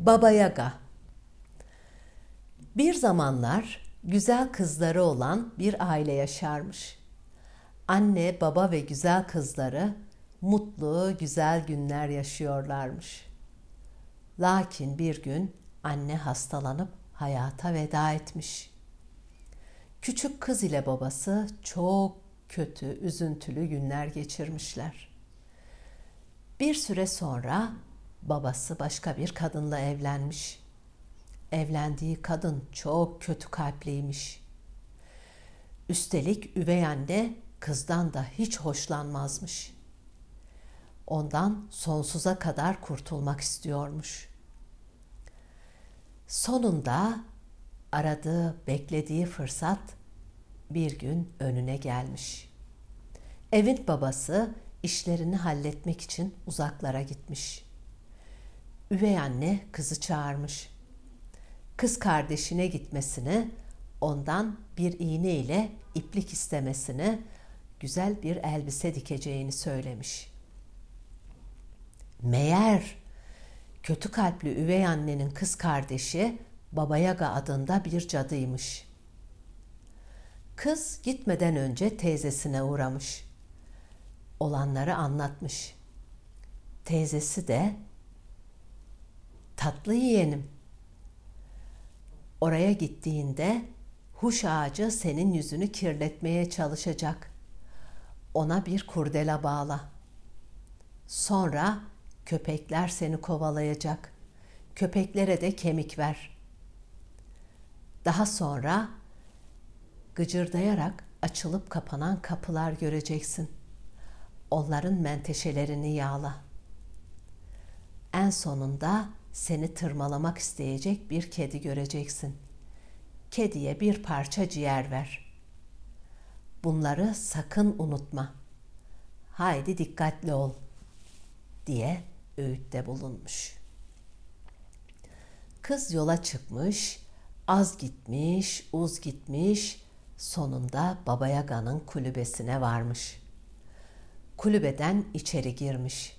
Baba Yaga. Bir zamanlar güzel kızları olan bir aile yaşarmış. Anne, baba ve güzel kızları mutlu, güzel günler yaşıyorlarmış. Lakin bir gün anne hastalanıp hayata veda etmiş. Küçük kız ile babası çok kötü, üzüntülü günler geçirmişler. Bir süre sonra babası başka bir kadınla evlenmiş. Evlendiği kadın çok kötü kalpliymiş. Üstelik üvey anne kızdan da hiç hoşlanmazmış. Ondan sonsuza kadar kurtulmak istiyormuş. Sonunda aradığı, beklediği fırsat bir gün önüne gelmiş. Evin babası işlerini halletmek için uzaklara gitmiş. Üvey anne kızı çağırmış. Kız kardeşine gitmesini, ondan bir iğne ile iplik istemesini, güzel bir elbise dikeceğini söylemiş. Meğer kötü kalpli üvey annenin kız kardeşi Baba Yaga adında bir cadıymış. Kız gitmeden önce teyzesine uğramış. Olanları anlatmış. Teyzesi de, "Tatlı yeğenim, oraya gittiğinde huş ağacı senin yüzünü kirletmeye çalışacak. Ona bir kurdela bağla. Sonra köpekler seni kovalayacak. Köpeklere de kemik ver. Daha sonra gıcırdayarak açılıp kapanan kapılar göreceksin. Onların menteşelerini yağla. En sonunda seni tırmalamak isteyecek bir kedi göreceksin. Kediye bir parça ciğer ver. Bunları sakın unutma. Haydi dikkatli ol," diye öğütte bulunmuş. Kız yola çıkmış, az gitmiş, uz gitmiş, sonunda Baba Yaga'nın kulübesine varmış. Kulübeden içeri girmiş.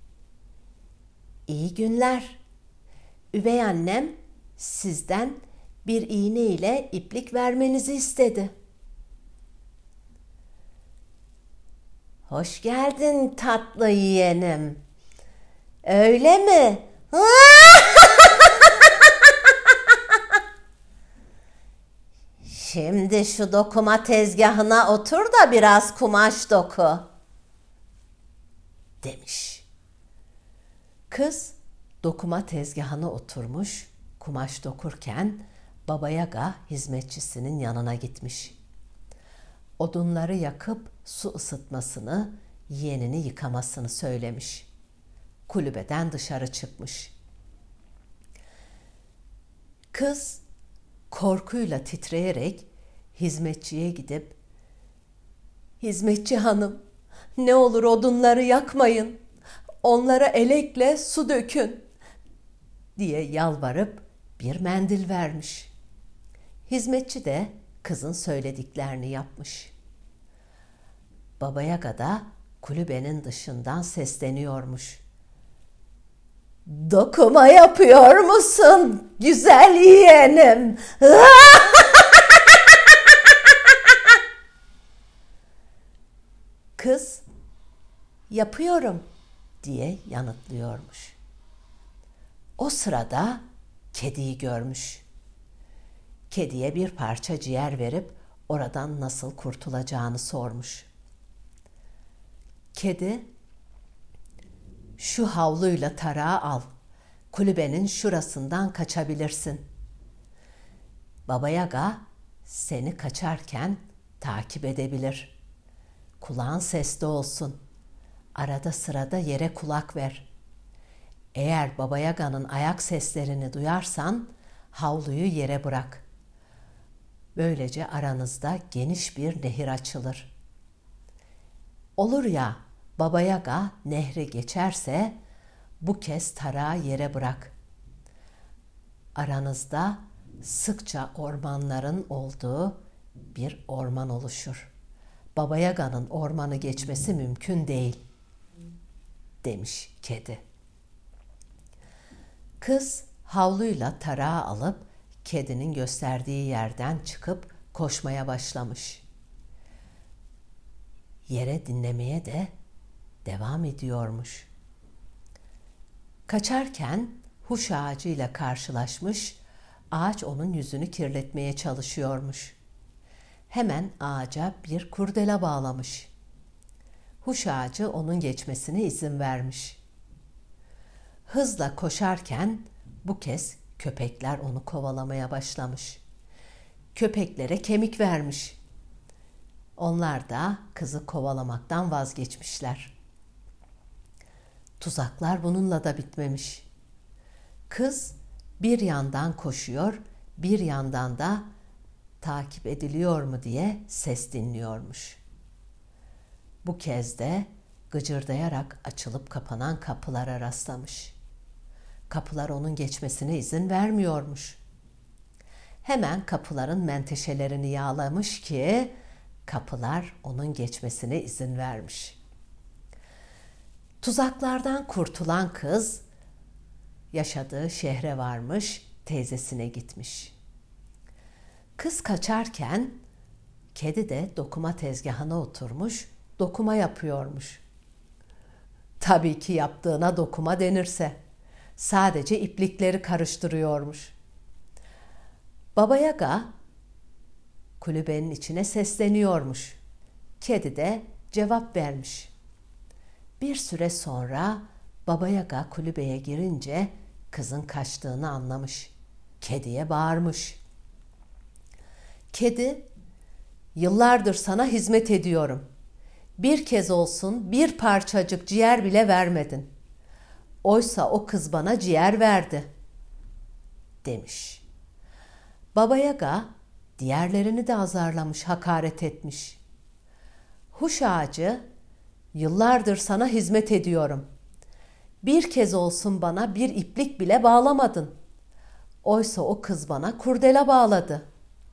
"İyi günler. Üvey annem sizden bir iğne ile iplik vermenizi istedi." "Hoş geldin tatlı yeğenim. Öyle mi?" "Şimdi şu dokuma tezgahına otur da biraz kumaş doku," demiş. Kız dokuma tezgahına oturmuş, kumaş dokurken Baba Yaga hizmetçisinin yanına gitmiş. Odunları yakıp su ısıtmasını, yeğenini yıkamasını söylemiş. Kulübeden dışarı çıkmış. Kız korkuyla titreyerek hizmetçiye gidip, "Hizmetçi hanım, ne olur odunları yakmayın, onlara elekle su dökün," diye yalvarıp bir mendil vermiş. Hizmetçi de kızın söylediklerini yapmış. Baba Yaga da kulübenin dışından sesleniyormuş. "Dokuma yapıyor musun güzel yeğenim?" Kız, "Yapıyorum," diye yanıtlıyormuş. O sırada kediyi görmüş. Kediye bir parça ciğer verip oradan nasıl kurtulacağını sormuş. Kedi, "Şu havluyla tarağı al, kulübenin şurasından kaçabilirsin. Baba Yaga seni kaçarken takip edebilir. Kulağın sesli olsun. Arada sırada yere kulak ver. Eğer Baba Yaga'nın ayak seslerini duyarsan havluyu yere bırak. Böylece aranızda geniş bir nehir açılır. Olur ya Baba Yaga nehri geçerse bu kez tarağı yere bırak. Aranızda sıkça ormanların olduğu bir orman oluşur. Baba Yaga'nın ormanı geçmesi mümkün değil," demiş kedi. Kız Havluyla tarağı alıp kedinin gösterdiği yerden çıkıp koşmaya başlamış. Yere dinlemeye de devam ediyormuş. Kaçarken huş ağacıyla karşılaşmış, ağaç onun yüzünü kirletmeye çalışıyormuş. Hemen ağaca bir kurdele bağlamış. Huş ağacı onun geçmesine izin vermiş. Hızla koşarken bu kez köpekler onu kovalamaya başlamış. Köpeklere kemik vermiş. Onlar da kızı kovalamaktan vazgeçmişler. Tuzaklar bununla da bitmemiş. Kız bir yandan koşuyor, bir yandan da takip ediliyor mu diye ses dinliyormuş. Bu kez de gıcırdayarak açılıp kapanan kapılara rastlamış. Kapılar onun geçmesine izin vermiyormuş. Hemen kapıların menteşelerini yağlamış ki kapılar onun geçmesine izin vermiş. Tuzaklardan kurtulan kız yaşadığı şehre varmış, teyzesine gitmiş. Kız kaçarken kedi de dokuma tezgahına oturmuş, dokuma yapıyormuş. Tabii ki yaptığına dokuma denirse. Sadece iplikleri karıştırıyormuş. Baba Yaga kulübenin içine sesleniyormuş. Kedi de cevap vermiş. Bir süre sonra Baba Yaga kulübeye girince kızın kaçtığını anlamış. Kediye bağırmış. Kedi, yıllardır sana hizmet ediyorum. Bir kez olsun bir parçacık ciğer bile vermedin. Oysa o kız bana ciğer verdi, demiş. Baba Yaga diğerlerini de azarlamış, hakaret etmiş. Huş ağacı, yıllardır sana hizmet ediyorum. Bir kez olsun bana bir iplik bile bağlamadın. Oysa o kız bana kurdele bağladı.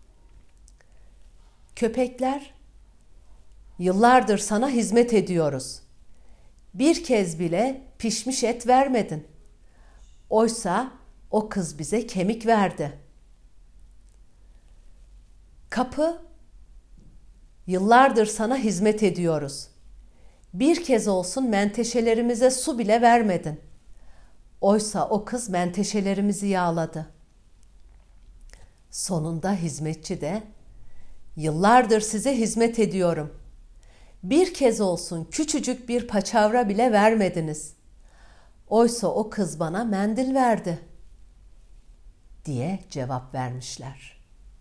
Köpekler, yıllardır sana hizmet ediyoruz. Bir kez bile pişmiş et vermedin. Oysa o kız bize kemik verdi. Kapı, yıllardır sana hizmet ediyoruz. Bir kez olsun menteşelerimize su bile vermedin. Oysa o kız menteşelerimizi yağladı. Sonunda hizmetçi de, yıllardır size hizmet ediyorum. Bir kez olsun küçücük bir paçavra bile vermediniz. Oysa o kız bana mendil verdi, diye cevap vermişler.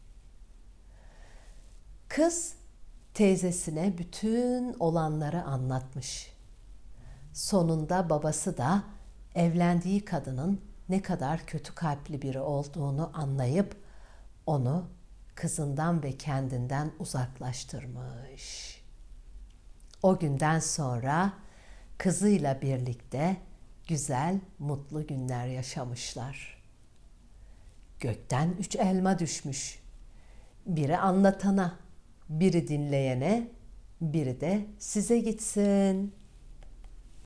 Kız teyzesine bütün olanları anlatmış. Sonunda babası da evlendiği kadının ne kadar kötü kalpli biri olduğunu anlayıp onu kızından ve kendinden uzaklaştırmış. O günden sonra kızıyla birlikte güzel, mutlu günler yaşamışlar. Gökten 3 elma düşmüş. Biri anlatana, biri dinleyene, biri de size gitsin.